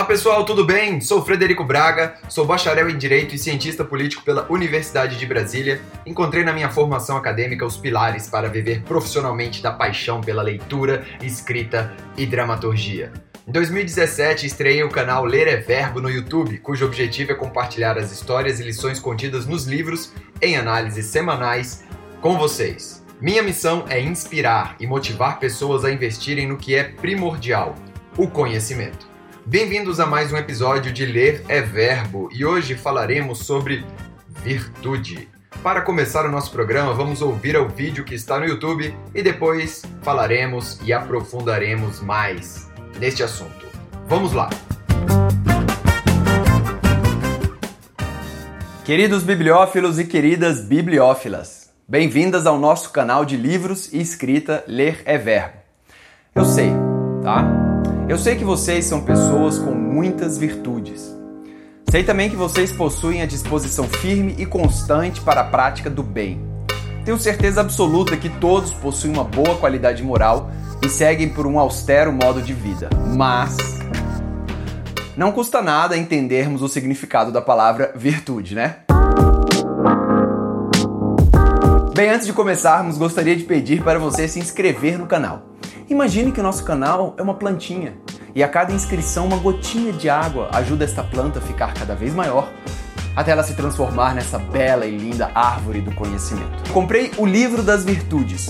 Olá pessoal, tudo bem? Sou Frederico Braga, sou bacharel em Direito e cientista político pela Universidade de Brasília. Encontrei na minha formação acadêmica os pilares para viver profissionalmente da paixão pela leitura, escrita e dramaturgia. Em 2017, estreiei o canal Ler é Verbo no YouTube, cujo objetivo é compartilhar as histórias e lições contidas nos livros em análises semanais com vocês. Minha missão é inspirar e motivar pessoas a investirem no que é primordial, o conhecimento. Bem-vindos a mais um episódio de Ler é Verbo e hoje falaremos sobre virtude. Para começar o nosso programa, vamos ouvir o vídeo que está no YouTube e depois falaremos e aprofundaremos mais neste assunto. Vamos lá! Queridos bibliófilos e queridas bibliófilas, bem-vindas ao nosso canal de livros e escrita Ler é Verbo. Eu sei, tá? Eu sei que vocês são pessoas com muitas virtudes. Sei também que vocês possuem a disposição firme e constante para a prática do bem. Tenho certeza absoluta que todos possuem uma boa qualidade moral e seguem por um austero modo de vida. Mas não custa nada entendermos o significado da palavra virtude, né? Bem, antes de começarmos, gostaria de pedir para você se inscrever no canal. Imagine que o nosso canal é uma plantinha e a cada inscrição uma gotinha de água ajuda esta planta a ficar cada vez maior até ela se transformar nessa bela e linda árvore do conhecimento. Comprei o Livro das Virtudes.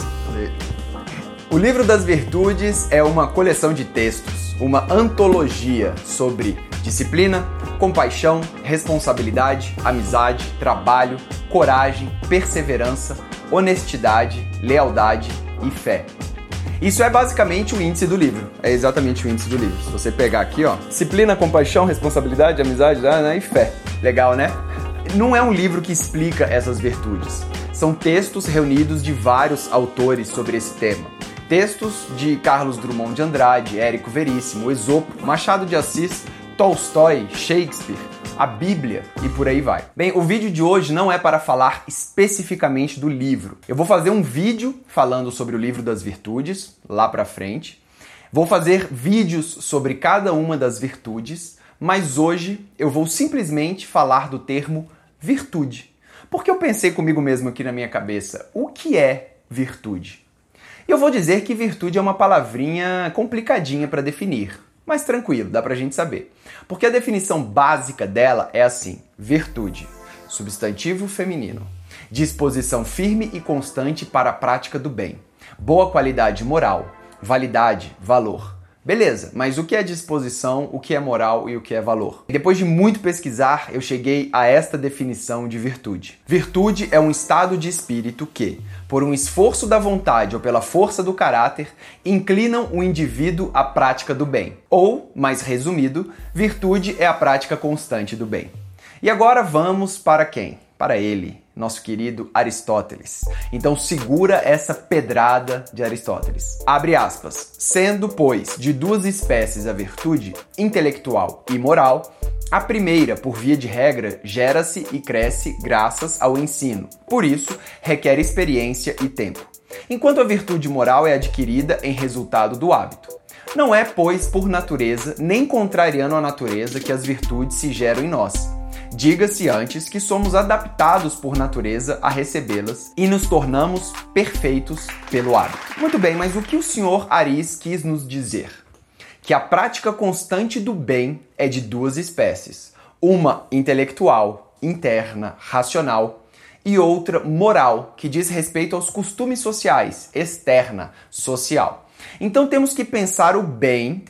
O Livro das Virtudes é uma coleção de textos, uma antologia sobre disciplina, compaixão, responsabilidade, amizade, trabalho, coragem, perseverança, honestidade, lealdade e fé. Isso é basicamente o índice do livro. É exatamente o índice do livro. Se você pegar aqui, ó, disciplina, compaixão, responsabilidade, amizade, e fé. Legal, né? Não é um livro que explica essas virtudes. São textos reunidos de vários autores sobre esse tema. Textos de Carlos Drummond de Andrade, Érico Veríssimo, Esopo, Machado de Assis, Tolstói, Shakespeare, a Bíblia e por aí vai. Bem, o vídeo de hoje não é para falar especificamente do livro. Eu vou fazer um vídeo falando sobre o Livro das Virtudes, lá pra frente. Vou fazer vídeos sobre cada uma das virtudes, mas hoje eu vou simplesmente falar do termo virtude. Porque eu pensei comigo mesmo aqui na minha cabeça, o que é virtude? E eu vou dizer que virtude é uma palavrinha complicadinha para definir. Mas tranquilo, dá pra gente saber. Porque a definição básica dela é assim: virtude, substantivo feminino, disposição firme e constante para a prática do bem, boa qualidade moral, validade, valor. Beleza, mas o que é disposição, o que é moral e o que é valor? Depois de muito pesquisar, eu cheguei a esta definição de virtude. Virtude é um estado de espírito que, por um esforço da vontade ou pela força do caráter, inclinam o indivíduo à prática do bem. Ou, mais resumido, virtude é a prática constante do bem. E agora vamos para quem? Para ele, nosso querido Aristóteles. Então segura essa pedrada de Aristóteles. Abre aspas. Sendo, pois, de duas espécies a virtude, intelectual e moral, a primeira, por via de regra, gera-se e cresce graças ao ensino. Por isso, requer experiência e tempo. Enquanto a virtude moral é adquirida em resultado do hábito. Não é, pois, por natureza, nem contrariando a natureza que as virtudes se geram em nós. Diga-se antes que somos adaptados por natureza a recebê-las e nos tornamos perfeitos pelo hábito. Muito bem, mas o que o senhor Aris quis nos dizer? Que a prática constante do bem é de duas espécies. Uma intelectual, interna, racional, e outra moral, que diz respeito aos costumes sociais, externa, social. Então temos que pensar o bem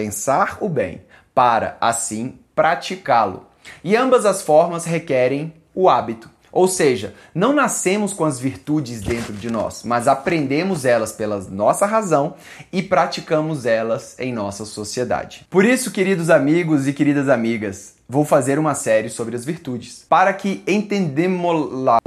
para, assim, praticá-lo. E ambas as formas requerem o hábito. Ou seja, não nascemos com as virtudes dentro de nós, mas aprendemos elas pela nossa razão e praticamos elas em nossa sociedade. Por isso, queridos amigos e queridas amigas, vou fazer uma série sobre as virtudes, para que entendamos-lo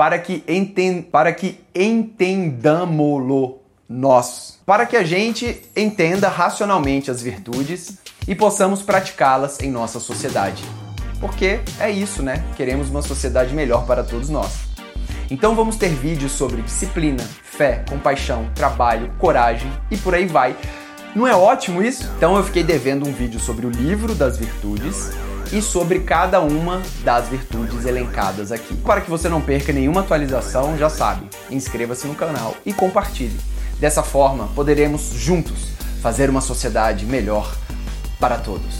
nós, para que a gente entenda racionalmente as virtudes e possamos praticá-las em nossa sociedade. Porque é isso, né? Queremos uma sociedade melhor para todos nós. Então vamos ter vídeos sobre disciplina, fé, compaixão, trabalho, coragem e por aí vai. Não é ótimo isso? Então eu fiquei devendo um vídeo sobre o livro das virtudes e sobre cada uma das virtudes elencadas aqui. Para que você não perca nenhuma atualização, já sabe, inscreva-se no canal e compartilhe. Dessa forma, poderemos juntos fazer uma sociedade melhor para todos.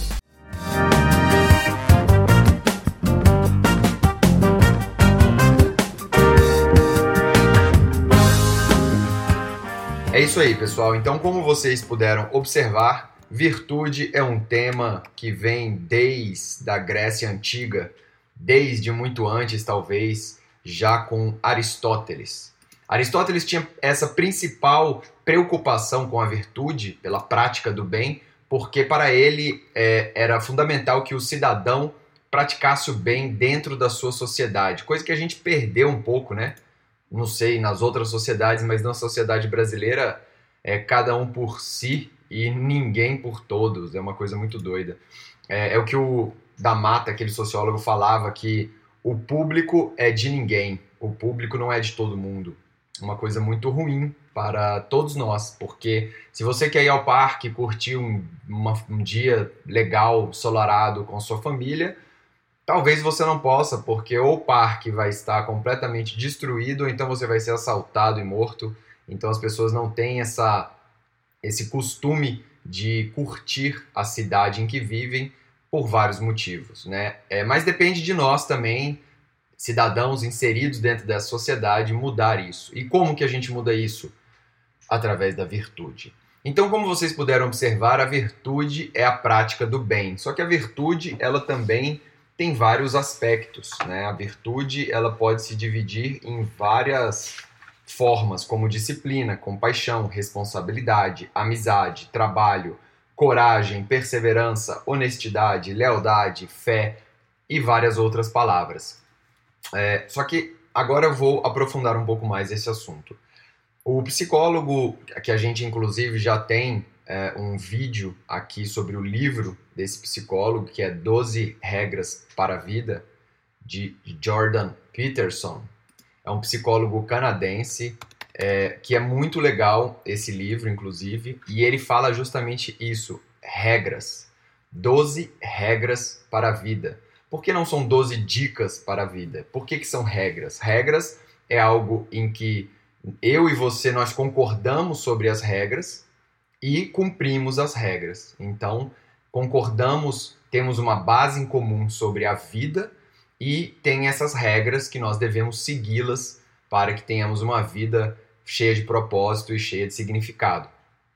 É isso aí, pessoal. Então, como vocês puderam observar, virtude é um tema que vem desde a Grécia Antiga, desde muito antes, talvez, já com Aristóteles. Aristóteles tinha essa principal preocupação com a virtude, pela prática do bem, porque para ele era fundamental que o cidadão praticasse o bem dentro da sua sociedade, coisa que a gente perdeu um pouco, né? Não sei nas outras sociedades, mas na sociedade brasileira é cada um por si e ninguém por todos. É uma coisa muito doida. É o que o da Mata, aquele sociólogo, falava, que o público é de ninguém, o público não é de todo mundo. Uma coisa muito ruim para todos nós, porque se você quer ir ao parque, curtir um dia legal, ensolarado com sua família, talvez você não possa, porque ou o parque vai estar completamente destruído, ou então você vai ser assaltado e morto. Então as pessoas não têm esse costume de curtir a cidade em que vivem por vários motivos, né? Mas depende de nós também, cidadãos inseridos dentro dessa sociedade, mudar isso. E como que a gente muda isso? Através da virtude. Então, como vocês puderam observar, a virtude é a prática do bem. Só que a virtude, ela também tem vários aspectos, né? A virtude, ela pode se dividir em várias formas, como disciplina, compaixão, responsabilidade, amizade, trabalho, coragem, perseverança, honestidade, lealdade, fé e várias outras palavras. Só que agora eu vou aprofundar um pouco mais esse assunto. O psicólogo, que a gente inclusive já tem um vídeo aqui sobre o livro desse psicólogo, que é 12 Regras para a Vida, de Jordan Peterson. É um psicólogo canadense, que é muito legal esse livro, inclusive, e ele fala justamente isso, regras. 12 regras para a vida. Por que não são 12 dicas para a vida? Por que são regras? Regras é algo em que eu e você, nós concordamos sobre as regras e cumprimos as regras. Então, concordamos, temos uma base em comum sobre a vida e tem essas regras que nós devemos segui-las para que tenhamos uma vida cheia de propósito e cheia de significado.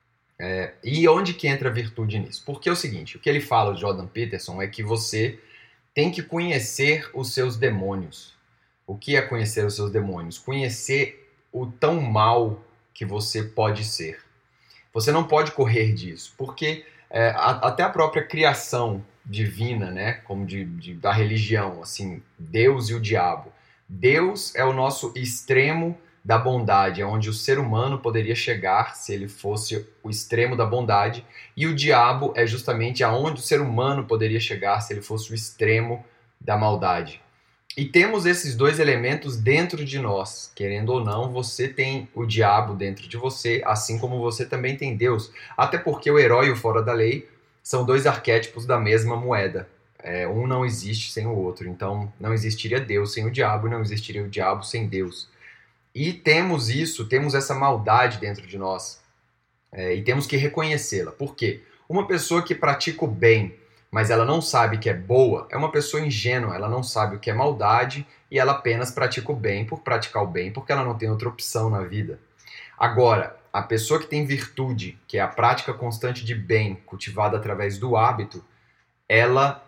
E onde que entra a virtude nisso? Porque é o seguinte, o que ele fala, o Jordan Peterson, é que você tem que conhecer os seus demônios. O que é conhecer os seus demônios? Conhecer o tão mal que você pode ser. Você não pode correr disso, porque até a própria criação divina, né, como da religião, assim, Deus e o diabo. Deus é o nosso extremo da bondade, é onde o ser humano poderia chegar se ele fosse o extremo da bondade, e o diabo é justamente aonde o ser humano poderia chegar se ele fosse o extremo da maldade. E temos esses dois elementos dentro de nós, querendo ou não, você tem o diabo dentro de você, assim como você também tem Deus. Até porque o herói e o fora da lei são dois arquétipos da mesma moeda. Um não existe sem o outro, então não existiria Deus sem o diabo, não existiria o diabo sem Deus. E temos essa maldade dentro de nós, e temos que reconhecê-la. Por quê? Uma pessoa que pratica o bem, mas ela não sabe que é boa, é uma pessoa ingênua, ela não sabe o que é maldade e ela apenas pratica o bem por praticar o bem, porque ela não tem outra opção na vida. Agora, a pessoa que tem virtude, que é a prática constante de bem, cultivada através do hábito, ela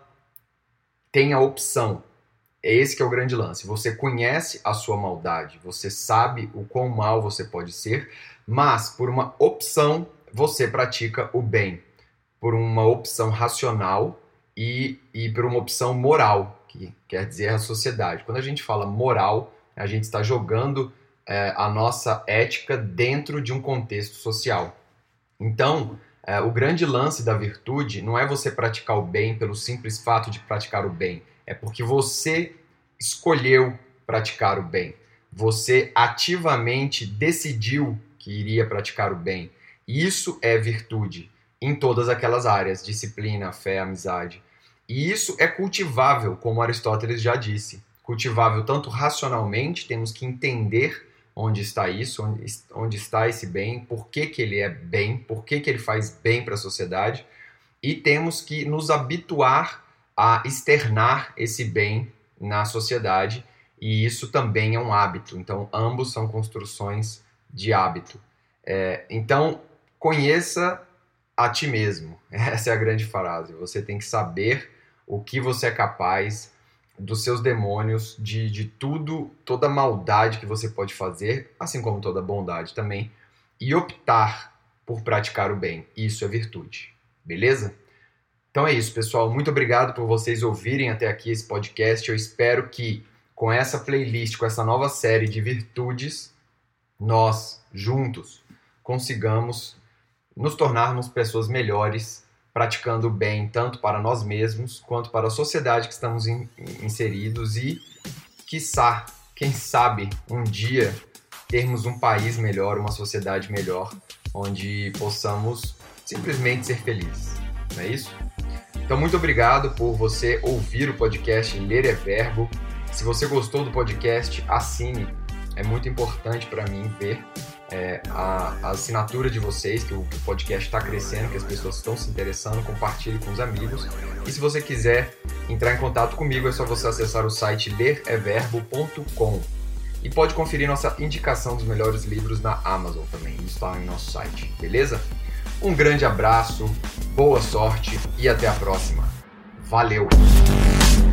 tem a opção. Esse que é o grande lance. Você conhece a sua maldade, você sabe o quão mal você pode ser, mas por uma opção você pratica o bem. Por uma opção racional e por uma opção moral, que quer dizer a sociedade. Quando a gente fala moral, a gente está jogando a nossa ética dentro de um contexto social. Então, o grande lance da virtude não é você praticar o bem pelo simples fato de praticar o bem, é porque você escolheu praticar o bem. Você ativamente decidiu que iria praticar o bem. Isso é virtude. em todas aquelas áreas, disciplina, fé, amizade. E isso é cultivável, como Aristóteles já disse. Cultivável tanto racionalmente, temos que entender onde está isso, onde está esse bem, por que que ele é bem, por que que ele faz bem para a sociedade, e temos que nos habituar a externar esse bem na sociedade, e isso também é um hábito. Então, ambos são construções de hábito. Então, conheça a ti mesmo. Essa é a grande frase. Você tem que saber o que você é capaz, dos seus demônios, de tudo, toda maldade que você pode fazer, assim como toda bondade também, e optar por praticar o bem. Isso é virtude. Beleza? Então é isso, pessoal. Muito obrigado por vocês ouvirem até aqui esse podcast. Eu espero que com essa playlist, com essa nova série de virtudes, nós, juntos, consigamos nos tornarmos pessoas melhores, praticando o bem tanto para nós mesmos, quanto para a sociedade que estamos inseridos e, quiçá, quem sabe, um dia termos um país melhor, uma sociedade melhor, onde possamos simplesmente ser felizes. Não é isso? Então, muito obrigado por você ouvir o podcast Ler é Verbo. Se você gostou do podcast, assine. É muito importante para mim ver a assinatura de vocês, que o podcast está crescendo, que as pessoas estão se interessando. Compartilhe com os amigos. E se você quiser entrar em contato comigo, é só você acessar o site lereverbo.com. E pode conferir nossa indicação dos melhores livros na Amazon também. Isso está no nosso site, beleza? Um grande abraço, boa sorte e até a próxima. Valeu!